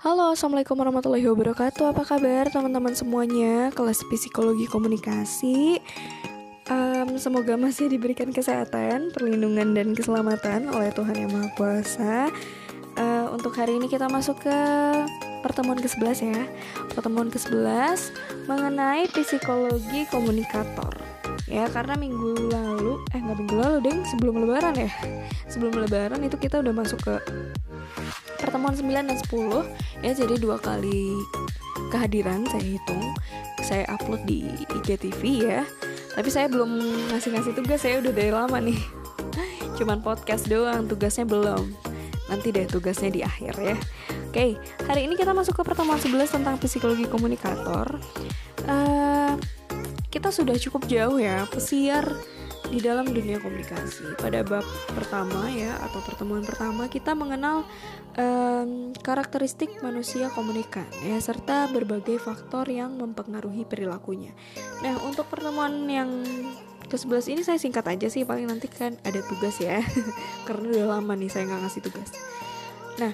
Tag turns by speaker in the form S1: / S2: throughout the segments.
S1: Halo, Assalamualaikum warahmatullahi wabarakatuh. Apa kabar teman-teman semuanya? Kelas Psikologi Komunikasi. Semoga masih diberikan kesehatan, perlindungan, dan keselamatan oleh Tuhan Yang Maha Kuasa. Untuk hari ini kita masuk ke pertemuan ke-11 ya. Pertemuan ke-11 mengenai psikologi komunikator. Ya, karena sebelum lebaran ya. Sebelum lebaran itu kita udah masuk ke pertemuan 9 dan 10 ya, jadi 2 kali kehadiran saya hitung. Saya upload di IGTV ya. Tapi saya belum ngasih tugas, saya udah dari lama nih. Cuman podcast doang, tugasnya belum. Nanti deh tugasnya di akhir ya. Oke, hari ini kita masuk ke pertemuan 11 tentang psikologi komunikator. Kita sudah cukup jauh ya, pesiar di dalam dunia komunikasi. Pada bab pertama ya, atau pertemuan pertama, kita mengenal karakteristik manusia komunikan ya, serta berbagai faktor yang mempengaruhi perilakunya. Nah, untuk pertemuan yang ke-11 ini saya singkat aja sih, paling nanti kan ada tugas ya. Karena udah lama nih saya gak ngasih tugas. Nah,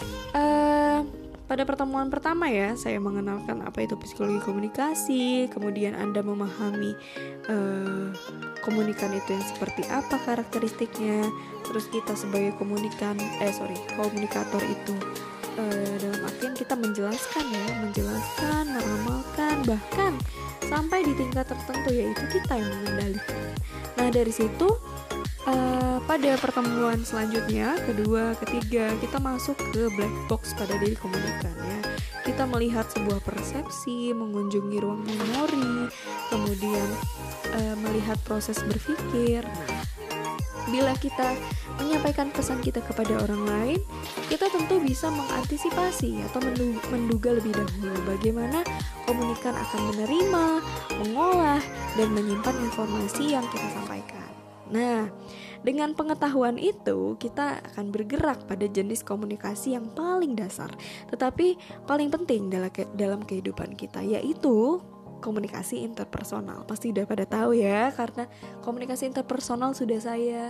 S1: pada pertemuan pertama ya, saya mengenalkan apa itu psikologi komunikasi, kemudian Anda memahami komunikan itu yang seperti apa karakteristiknya, terus kita sebagai komunikator itu dalam artian kita menjelaskan, meramalkan, bahkan sampai di tingkat tertentu yaitu kita yang mengendalikan. Nah, dari situ pada pertemuan selanjutnya, kedua, ketiga, kita masuk ke black box pada diri komunikan ya. Kita melihat sebuah persepsi, mengunjungi ruang memori, kemudian melihat proses berpikir. Bila kita menyampaikan pesan kita kepada orang lain, kita tentu bisa mengantisipasi atau menduga lebih dahulu bagaimana komunikan akan menerima, mengolah, dan menyimpan informasi yang kita sampaikan. Nah, dengan pengetahuan itu, kita akan bergerak pada jenis komunikasi yang paling dasar, tetapi paling penting dalam kehidupan kita, yaitu komunikasi interpersonal. Pasti udah pada tahu ya, karena komunikasi interpersonal sudah saya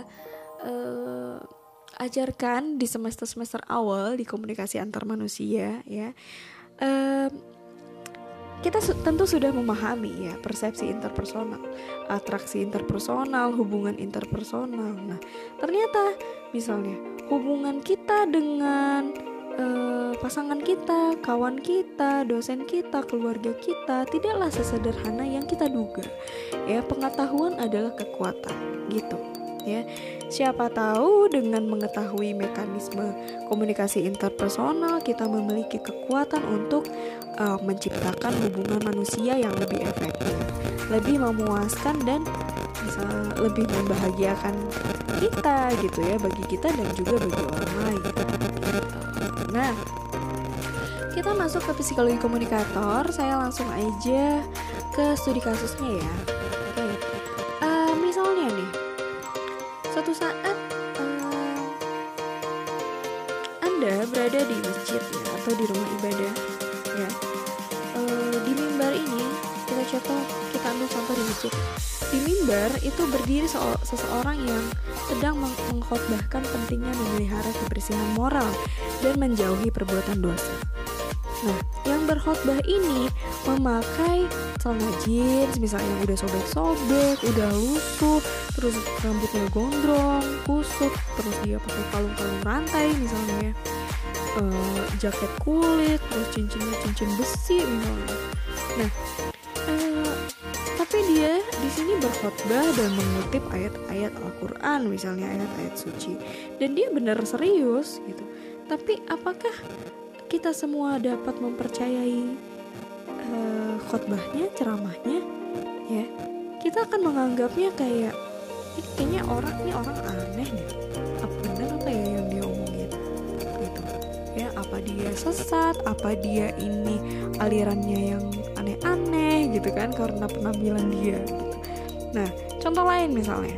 S1: ajarkan di semester awal di komunikasi antar manusia ya. Kita tentu sudah memahami ya persepsi interpersonal, atraksi interpersonal, hubungan interpersonal. Nah, ternyata misalnya hubungan kita dengan pasangan kita, kawan kita, dosen kita, keluarga kita tidaklah sesederhana yang kita duga. Ya, pengetahuan adalah kekuatan gitu. Ya, siapa tahu dengan mengetahui mekanisme komunikasi interpersonal kita memiliki kekuatan untuk menciptakan hubungan manusia yang lebih efektif, lebih memuaskan, dan bisa lebih membahagiakan kita gitu ya, bagi kita dan juga bagi orang lain. Nah, kita masuk ke psikologi komunikator. Saya langsung aja ke studi kasusnya ya. Misalnya nih, suatu saat Anda berada di masjid ya, atau di rumah ibadah ya. Di mimbar ini kita ambil contoh di masjid. Di mimbar itu berdiri seseorang yang sedang mengkhotbahkan pentingnya memelihara kebersihan moral dan menjauhi perbuatan dosa. Nah, yang berkhotbah ini memakai celana jeans misalnya yang udah sobek-sobek, udah lusuh, terus rambutnya gondrong, kusut, terus dia pakai kalung-kalung rantai misalnya, jaket kulit, terus cincinnya cincin besi misalnya. Nah, tapi dia di sini berkhotbah dan mengutip ayat-ayat Al-Quran misalnya, ayat-ayat suci, dan dia benar serius gitu. Tapi apakah kita semua dapat mempercayai khotbahnya, ceramahnya ya? Kita akan menganggapnya kayak kayaknya ini orang aneh deh, apa benar apa ya yang dia omongin gitu ya, apa dia sesat, apa dia ini alirannya yang aneh-aneh gitu kan, karena penampilan dia gitu. Nah, contoh lain misalnya,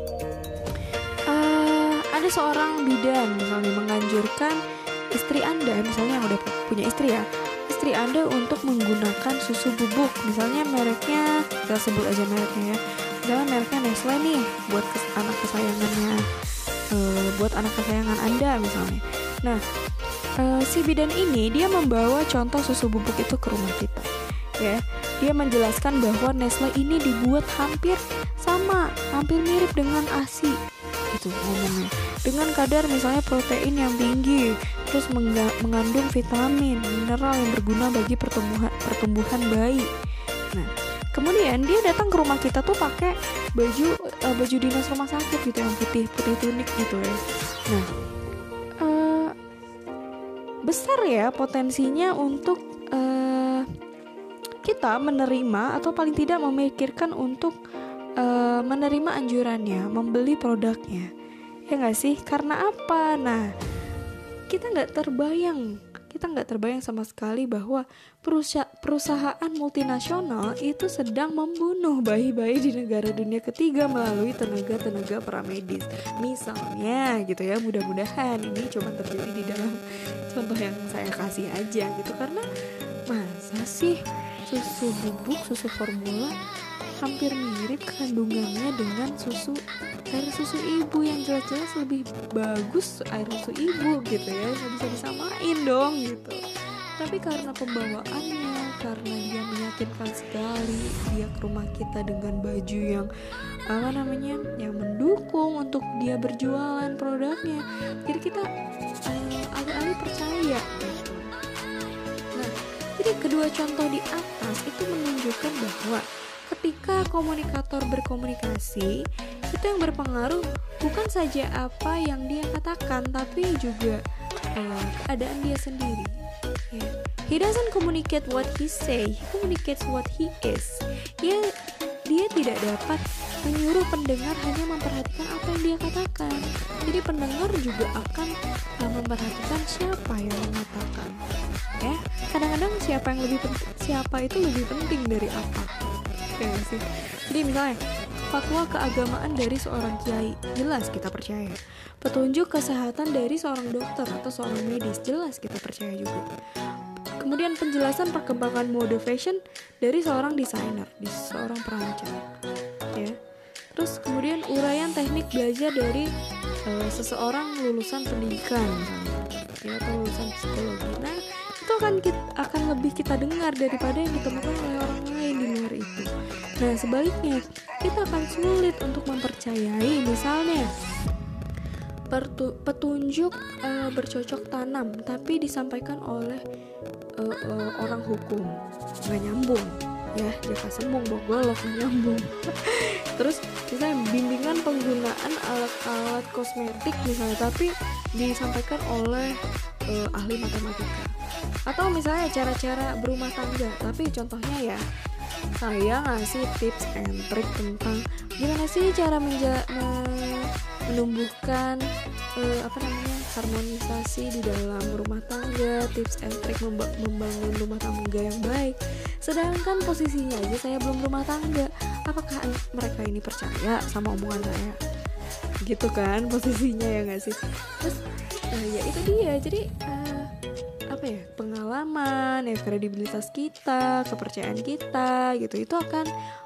S1: ada seorang bidan misalnya menganjurkan istri Anda, misalnya yang udah punya istri ya, istri Anda untuk menggunakan susu bubuk, misalnya mereknya, kita sebut aja mereknya ya, misalnya mereknya Nestle nih, buat anak kesayangan Anda misalnya. Nah, si bidan ini dia membawa contoh susu bubuk itu ke rumah kita, ya. Dia menjelaskan bahwa Nestle ini dibuat hampir sama, hampir mirip dengan ASI, gitu ngomongnya. Dengan kadar misalnya protein yang tinggi, terus mengandung vitamin, mineral yang berguna bagi pertumbuhan bayi. Nah, kemudian dia datang ke rumah kita tuh pakai baju dinas rumah sakit gitu yang putih tunik gitu ya. Nah, besar ya potensinya untuk kita menerima atau paling tidak memikirkan untuk menerima anjurannya, membeli produknya, ya nggak sih? Karena apa? Nah, kita nggak terbayang sama sekali bahwa perusahaan multinasional itu sedang membunuh bayi-bayi di negara dunia ketiga melalui tenaga paramedis, misalnya gitu ya. Mudah-mudahan ini cuma terjadi di dalam contoh yang saya kasih aja gitu, karena masa sih susu bubuk, susu formula hampir mirip kandungannya dengan air susu ibu yang jelas-jelas lebih bagus air susu ibu gitu ya, nggak bisa disamain dong gitu. Tapi karena pembawaannya, karena dia meyakinkan sekali, dia ke rumah kita dengan baju yang yang mendukung untuk dia berjualan produknya, jadi kita alih-alih percaya gitu. Nah, jadi kedua contoh di atas itu menunjukkan bahwa ketika komunikator berkomunikasi, itu yang berpengaruh bukan saja apa yang dia katakan, tapi juga keadaan dia sendiri. Yeah. He doesn't communicate what he say, he communicates what he is. Dia tidak dapat menyuruh pendengar hanya memperhatikan apa yang dia katakan. Jadi pendengar juga akan memperhatikan siapa yang mengatakan. Ya, kadang-kadang siapa itu lebih penting dari apa. Ya sih. Jadi misalnya fatwa keagamaan dari seorang kiai, jelas kita percaya. Petunjuk kesehatan dari seorang dokter atau seorang medis, jelas kita percaya juga. Kemudian penjelasan perkembangan mode fashion dari seorang desainer, seorang perancang, ya. Terus kemudian uraian teknik belajar dari seseorang lulusan pendidikan, ya, atau lulusan psikologi. Nah, itu akan lebih kita dengar daripada yang ditemukan oleh orang lain di luar itu. Nah, sebaliknya kita akan sulit untuk mempercayai misalnya petunjuk bercocok tanam tapi disampaikan oleh orang hukum, nggak nyambung ya, jaka sembung golok nggak nyambung. Terus misalnya bimbingan penggunaan alat-alat kosmetik misalnya, tapi disampaikan oleh ahli matematika. Atau misalnya cara-cara berumah tangga, tapi contohnya ya saya ngasih tips and trick tentang gimana sih cara menumbuhkan harmonisasi di dalam rumah tangga, tips and trick membangun rumah tangga yang baik. Sedangkan posisinya aja saya belum rumah tangga, apakah mereka ini percaya sama omongan saya? Gitu kan posisinya, ya nggak sih? Terus ya itu dia, jadi pengalaman, ya kredibilitas kita, kepercayaan kita gitu, itu akan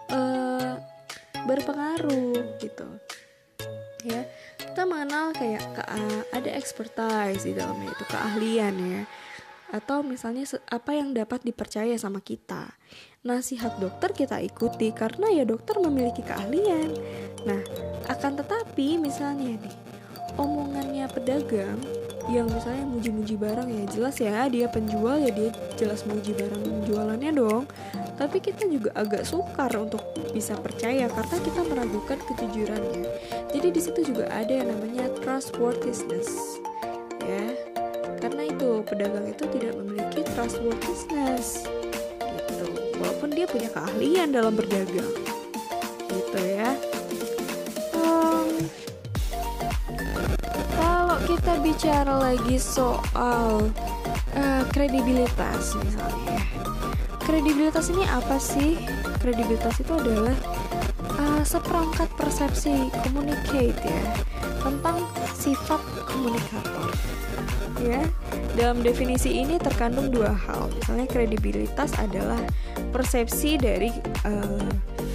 S1: berpengaruh gitu ya. Kita mengenal kayak ada expertise di dalamnya, itu keahlian ya, atau misalnya apa yang dapat dipercaya sama kita. Nasihat dokter kita ikuti karena ya dokter memiliki keahlian. Nah, akan tetapi misalnya nih omongannya pedagang yang misalnya muji-muji barang, ya jelas ya dia penjual, ya dia jelas muji barang jualannya dong. Tapi kita juga agak sukar untuk bisa percaya karena kita meragukan kejujurannya. Jadi di situ juga ada yang namanya trustworthiness, ya. Karena itu pedagang itu tidak memiliki trustworthiness, gitu. Walaupun dia punya keahlian dalam berdagang, gitu ya. Kalau kita bicara lagi soal kredibilitas misalnya. Kredibilitas ini apa sih? Kredibilitas itu adalah seperangkat persepsi communicate ya, tentang sifat komunikator. Ya, dalam definisi ini terkandung dua hal. Misalnya kredibilitas adalah persepsi dari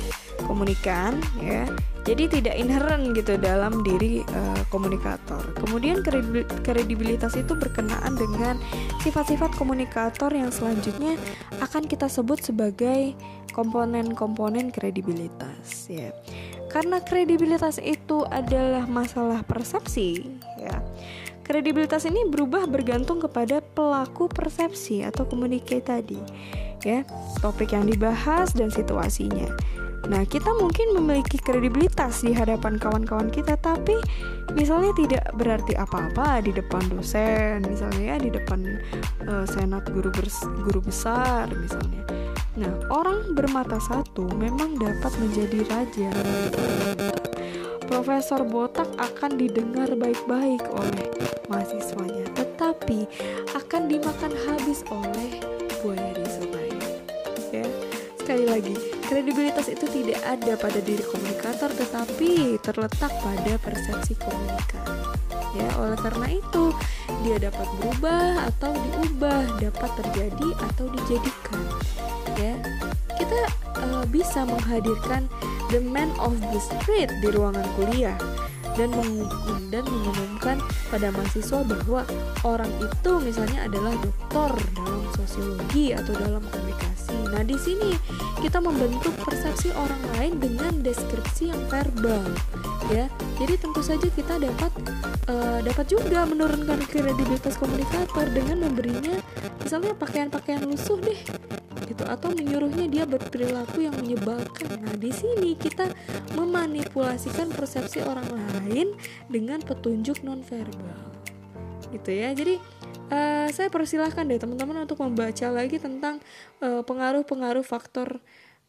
S1: komunikan ya. Jadi tidak inherent gitu dalam diri komunikator. Kemudian kredibilitas itu berkenaan dengan sifat-sifat komunikator yang selanjutnya akan kita sebut sebagai komponen-komponen kredibilitas ya. Karena kredibilitas itu adalah masalah persepsi ya. Kredibilitas ini berubah bergantung kepada pelaku persepsi atau communicate tadi ya, topik yang dibahas dan situasinya. Nah, kita mungkin memiliki kredibilitas di hadapan kawan-kawan kita, tapi misalnya tidak berarti apa-apa di depan dosen, misalnya ya, di depan senat guru besar misalnya. Nah, orang bermata satu memang dapat menjadi raja. Profesor botak akan didengar baik-baik oleh mahasiswanya, tetapi akan dimakan habis oleh buaya di sungai. Ya, sekali lagi, kredibilitas itu tidak ada pada diri komunikator, tetapi terletak pada persepsi komunikan. Ya, oleh karena itu dia dapat berubah atau diubah, dapat terjadi atau dijadikan. Ya, kita bisa menghadirkan the man of the street di ruangan kuliah dan mengumumkan pada mahasiswa bahwa orang itu misalnya adalah doktor dalam sosiologi atau dalam komunikasi. Nah, di sini kita membentuk persepsi orang lain dengan deskripsi yang verbal, ya. Jadi tentu saja kita dapat juga menurunkan kredibilitas komunikator dengan memberinya misalnya pakaian-pakaian lusuh deh, gitu, atau menyuruhnya dia berperilaku yang menyebalkan. Nah, di sini kita memanipulasikan persepsi orang lain dengan petunjuk nonverbal, gitu ya. Jadi saya persilahkan deh teman-teman untuk membaca lagi tentang pengaruh-pengaruh faktor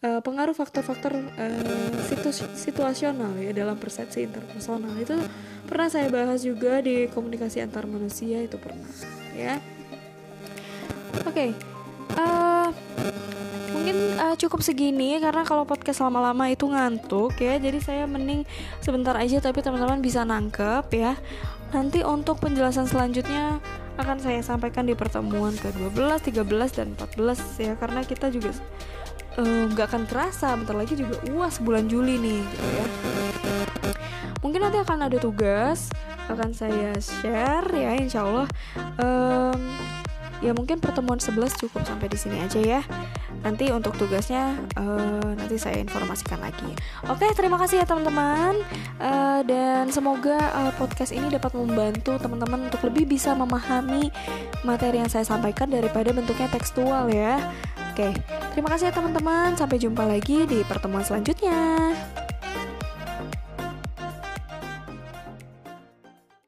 S1: situasional ya dalam persepsi interpersonal. Itu pernah saya bahas juga di komunikasi antar manusia, itu pernah ya. Oke. Mungkin cukup segini karena kalau podcast lama-lama itu ngantuk ya. Jadi saya mending sebentar aja tapi teman-teman bisa nangkep ya. Nanti untuk penjelasan selanjutnya akan saya sampaikan di pertemuan ke-12, 13 dan 14 ya, karena kita juga nggak akan terasa bentar lagi juga UAS bulan Juli nih gitu ya. Mungkin nanti akan ada tugas akan saya share ya, insyaallah. Ya mungkin pertemuan 11 cukup sampai di sini aja ya. Nanti untuk tugasnya nanti saya informasikan lagi. Oke, terima kasih ya teman-teman. Dan semoga podcast ini dapat membantu teman-teman untuk lebih bisa memahami materi yang saya sampaikan daripada bentuknya tekstual ya. Oke, terima kasih ya teman-teman. Sampai jumpa lagi di pertemuan selanjutnya.